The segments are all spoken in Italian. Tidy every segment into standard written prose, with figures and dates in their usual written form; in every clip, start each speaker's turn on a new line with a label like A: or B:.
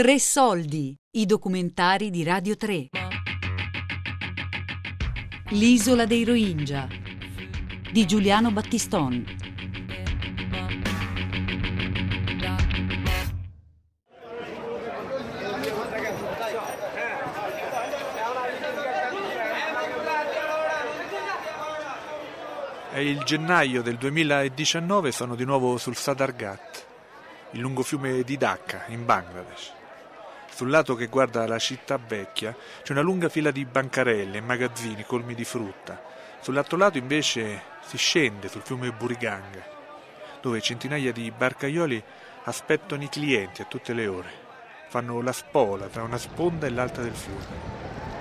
A: Tre soldi, i documentari di Radio 3. L'isola dei Rohingya di Giuliano Battiston.
B: È il gennaio del 2019, sono di nuovo sul Sadar Ghat, il lungo fiume di Dhaka, in Bangladesh. Sul lato che guarda la città vecchia c'è una lunga fila di bancarelle e magazzini colmi di frutta. Sull'altro lato invece si scende sul fiume Buriganga, dove centinaia di barcaioli aspettano i clienti a tutte le ore. Fanno la spola tra una sponda e l'altra del fiume.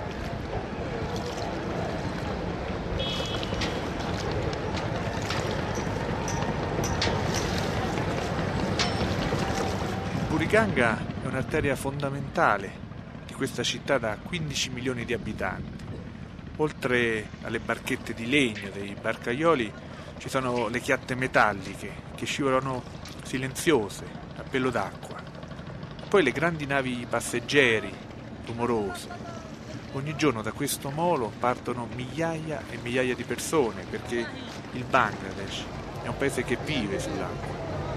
B: Buriganga è un'arteria fondamentale di questa città da 15 milioni di abitanti. Oltre alle barchette di legno dei barcaioli ci sono le chiatte metalliche che scivolano silenziose a pelo d'acqua. Poi le grandi navi passeggeri, rumorose. Ogni giorno da questo molo partono migliaia e migliaia di persone perché il Bangladesh è un paese che vive sull'acqua.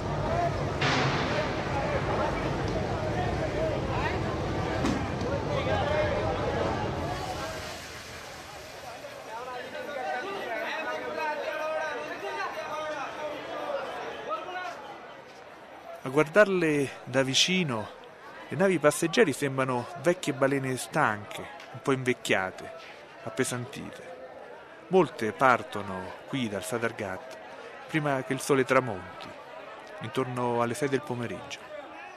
B: A guardarle da vicino, le navi passeggeri sembrano vecchie balene stanche, un po' invecchiate, appesantite. Molte partono qui dal Sadar Ghat prima che il sole tramonti, intorno alle 6 del pomeriggio.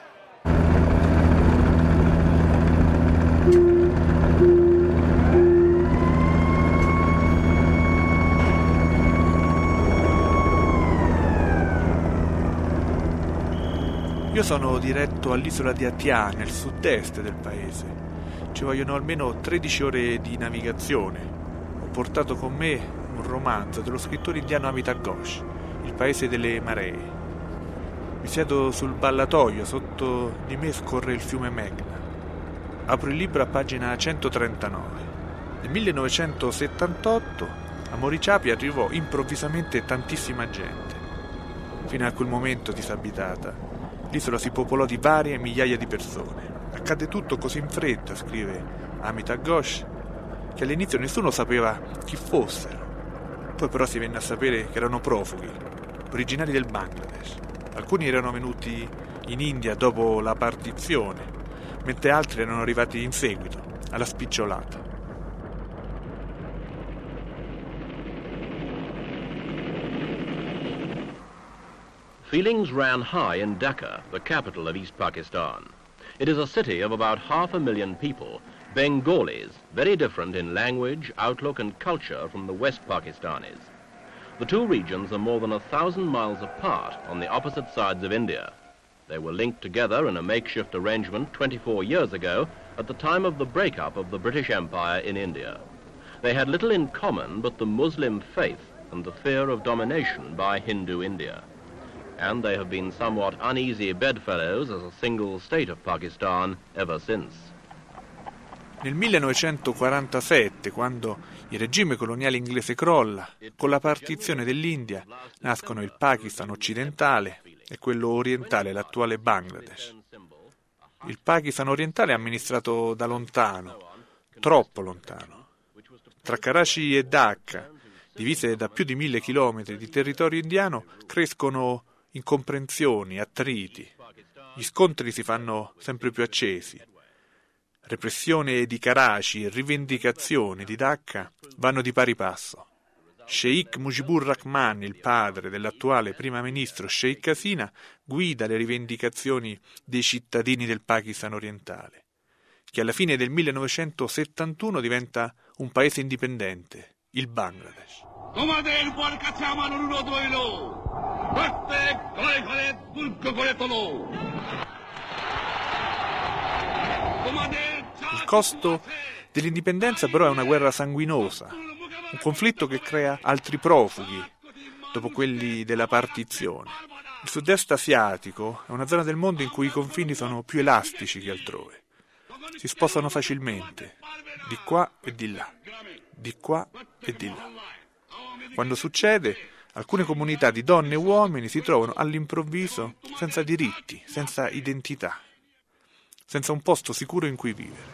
B: Io sono diretto all'isola di Hatia, nel sud-est del paese. Ci vogliono almeno 13 ore di navigazione. Ho portato con me un romanzo dello scrittore indiano Amitav Ghosh, Il paese delle maree. Mi siedo sul ballatoio, sotto di me scorre il fiume Meghna. Apro il libro a pagina 139. Nel 1978 a Morichapi arrivò improvvisamente tantissima gente. Fino a quel momento disabitata, l'isola si popolò di varie migliaia di persone. Accade tutto così in fretta, scrive Amitav Ghosh, che all'inizio nessuno sapeva chi fossero. Poi però si venne a sapere che erano profughi, originari del Bangladesh. Alcuni erano venuti in India dopo la partizione, mentre altri erano arrivati in seguito, alla spicciolata.
C: Feelings ran high in Dhaka, the capital of East Pakistan. It is a city of about 500,000 people, Bengalis, very different in language, outlook and culture from the West Pakistanis. The two regions are more than 1,000 miles apart on the opposite sides of India. They were linked together in a makeshift arrangement 24 years ago at the time of the breakup of the British Empire in India. They had little in common but the Muslim faith and the fear of domination by Hindu India. And they have been somewhat uneasy bedfellows as a single state of Pakistan ever since.
B: Nel 1947, quando il regime coloniale inglese crolla, con la partizione dell'India nascono il Pakistan occidentale e quello orientale, l'attuale Bangladesh. Il Pakistan orientale è amministrato da lontano, troppo lontano. Tra Karachi e Dhaka, divise da più di 1.000 chilometri di territorio indiano, crescono incomprensioni, attriti. Gli scontri si fanno sempre più accesi. Repressione di Karachi e rivendicazioni di Dhaka vanno di pari passo. Sheikh Mujibur Rahman, il padre dell'attuale primo ministro Sheikh Hasina, guida le rivendicazioni dei cittadini del Pakistan orientale, che alla fine del 1971 diventa un paese indipendente, il Bangladesh. Il costo dell'indipendenza però è una guerra sanguinosa, un conflitto che crea altri profughi dopo quelli della partizione. Il sud-est asiatico è una zona del mondo in cui i confini sono più elastici che altrove. Si spostano facilmente, di qua e di là, di qua e di là. Quando succede, alcune comunità di donne e uomini si trovano all'improvviso senza diritti, senza identità, senza un posto sicuro in cui vivere.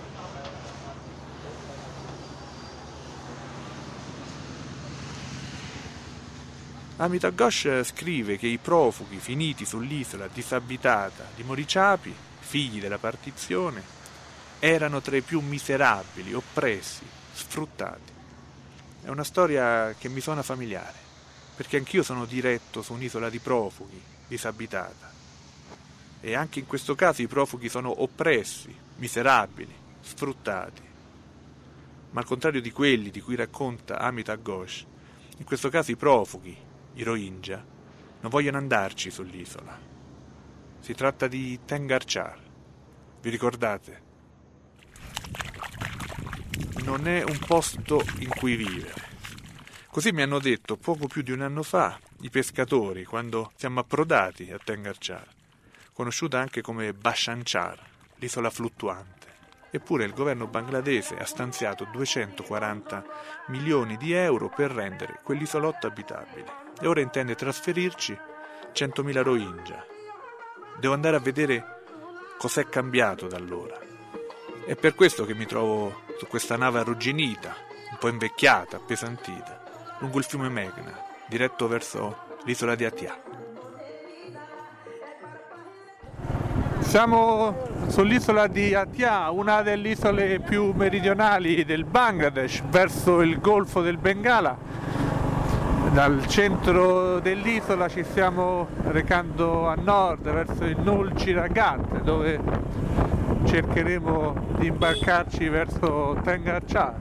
B: Amitav Ghosh scrive che i profughi finiti sull'isola disabitata di Morichapi, figli della partizione, erano tra i più miserabili, oppressi, sfruttati. È una storia che mi suona familiare, perché anch'io sono diretto su un'isola di profughi, disabitata. E anche in questo caso i profughi sono oppressi, miserabili, sfruttati. Ma al contrario di quelli di cui racconta Amitav Ghosh, in questo caso i profughi, i Rohingya, non vogliono andarci sull'isola. Si tratta di Tengar Char. Vi ricordate? Non è un posto in cui vivere. Così mi hanno detto poco più di un anno fa i pescatori quando siamo approdati a Tengar Char, conosciuta anche come Bhashan Char, l'isola fluttuante. Eppure il governo bangladese ha stanziato 240 milioni di euro per rendere quell'isolotto abitabile. E ora intende trasferirci 100.000 Rohingya. Devo andare a vedere cos'è cambiato da allora. È per questo che mi trovo su questa nave arrugginita, un po' invecchiata, appesantita, lungo il fiume Meghna, diretto verso l'isola di Hatia.
D: Siamo sull'isola di Hatia, una delle isole più meridionali del Bangladesh, verso il Golfo del Bengala. Dal centro dell'isola ci stiamo recando a nord verso il Nulchiragat, dove cercheremo di imbarcarci verso Tengar Char.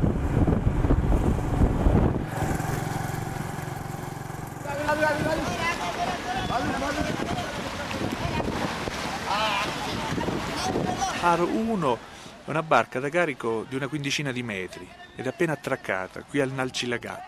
B: Har 1 è una barca da carico di una quindicina di metri ed è appena attraccata qui al Nulchiragat.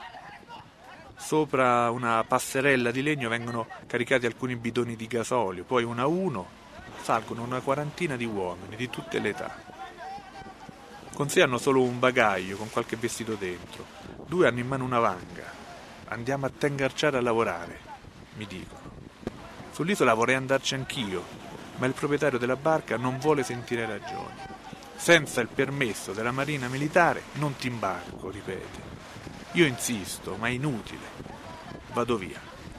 B: Sopra una passerella di legno vengono caricati alcuni bidoni di gasolio, poi uno a uno salgono una quarantina di uomini di tutte le età. Con sé hanno solo un bagaglio con qualche vestito dentro, 2 hanno in mano una vanga. Andiamo a Tengar Char a lavorare, mi dicono. Sull'isola vorrei andarci anch'io, ma il proprietario della barca non vuole sentire ragioni. Senza il permesso della marina militare non ti imbarco, ripete. Io insisto, ma è inutile. Vado via.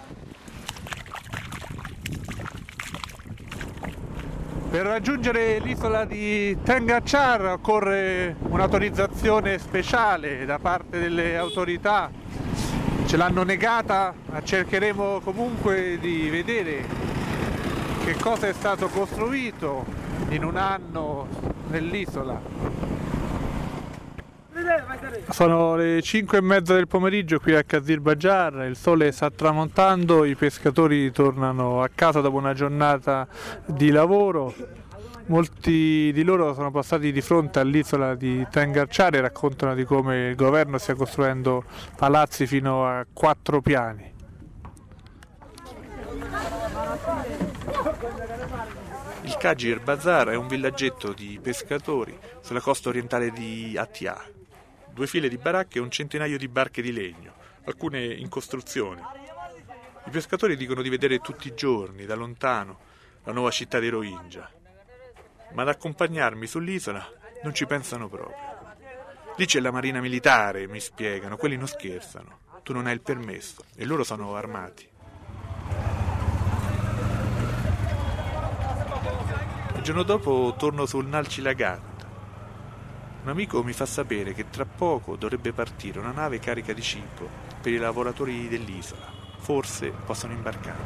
D: Per raggiungere l'isola di Tengar Char occorre un'autorizzazione speciale da parte delle autorità. Ce l'hanno negata, ma cercheremo comunque di vedere che cosa è stato costruito in un anno nell'isola. Sono le 5:30 del pomeriggio qui a Kazir Bajar, il sole sta tramontando, i pescatori tornano a casa dopo una giornata di lavoro. Molti di loro sono passati di fronte all'isola di Tengar Char e raccontano di come il governo stia costruendo palazzi fino a 4 piani.
B: Il Kazir Bazar è un villaggetto di pescatori sulla costa orientale di Hatia. 2 file di baracche e un centinaio di barche di legno, alcune in costruzione. I pescatori dicono di vedere tutti i giorni, da lontano, la nuova città dei Rohingya. Ma ad accompagnarmi sull'isola non ci pensano proprio. Lì c'è la marina militare, mi spiegano, quelli non scherzano. Tu non hai il permesso e loro sono armati. Il giorno dopo torno sul Nulchiragat. Un amico mi fa sapere che tra poco dovrebbe partire una nave carica di cibo per i lavoratori dell'isola. Forse possono imbarcare.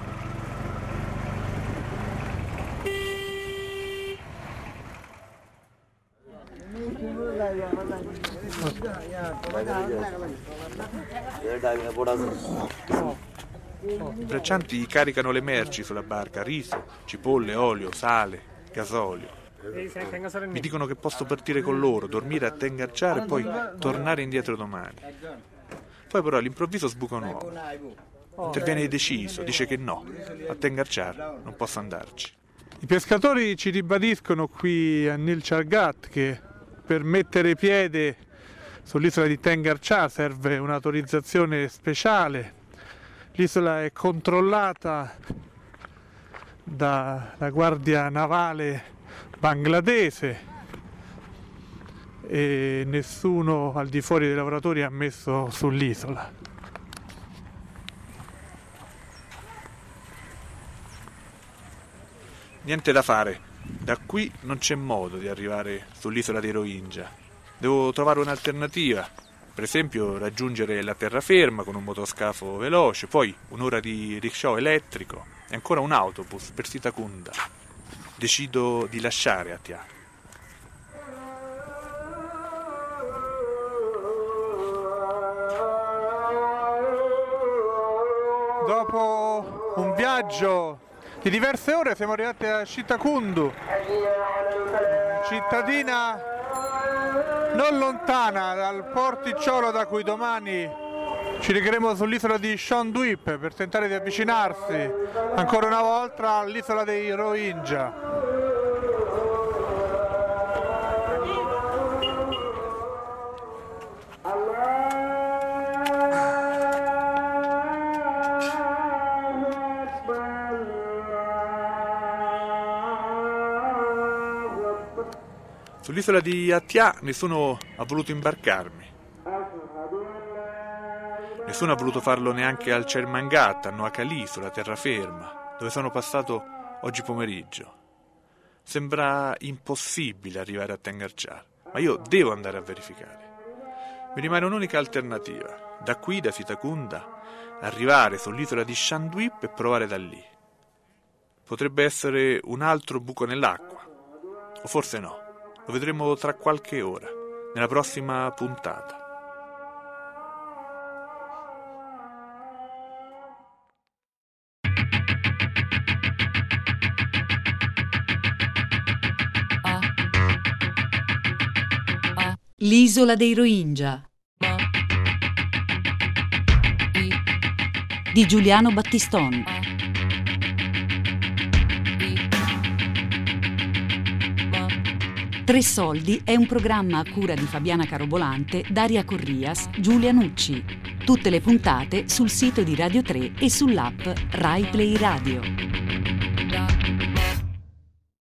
B: I braccianti caricano le merci sulla barca: riso, cipolle, olio, sale, gasolio. Mi dicono che posso partire con loro, dormire a Tengar Char e poi tornare indietro domani. Poi però all'improvviso sbuca un uomo. interviene deciso, dice che no, a Tengarciar non posso andarci.
D: I pescatori ci ribadiscono qui a Nilchar Ghat che per mettere piede sull'isola di Tengarciar serve un'autorizzazione speciale. L'isola è controllata dalla guardia navale bangladese e nessuno al di fuori dei lavoratori è ammesso sull'isola.
B: Niente da fare, da qui non c'è modo di arrivare sull'isola dei Rohingya. Devo trovare un'alternativa, per esempio raggiungere la terraferma con un motoscafo veloce, poi un'ora di rickshaw elettrico e ancora un autobus per Sitakunda. Decido di lasciare Atia.
D: Dopo un viaggio di diverse ore siamo arrivati a Sitakundu, cittadina non lontana dal porticciolo da cui domani ci recheremo sull'isola di Shandwip per tentare di avvicinarsi ancora una volta all'isola dei Rohingya.
B: Sull'isola di Atia nessuno ha voluto imbarcarmi. Nessuno ha voluto farlo neanche al Cermangat, a Noakali, sulla terraferma, dove sono passato oggi pomeriggio. Sembra impossibile arrivare a Tengarciar, ma io devo andare a verificare. Mi rimane un'unica alternativa. Da qui, da Sitakunda, arrivare sull'isola di Shandwip e provare da lì. Potrebbe essere un altro buco nell'acqua, o forse no. Lo vedremo tra qualche ora, nella prossima puntata.
A: L'isola dei Rohingya di Giuliano Battiston. Tre Soldi è un programma a cura di Fabiana Carobolante, Daria Corrias, Giulia Nucci. Tutte le puntate sul sito di Radio 3 e sull'app Rai Play Radio.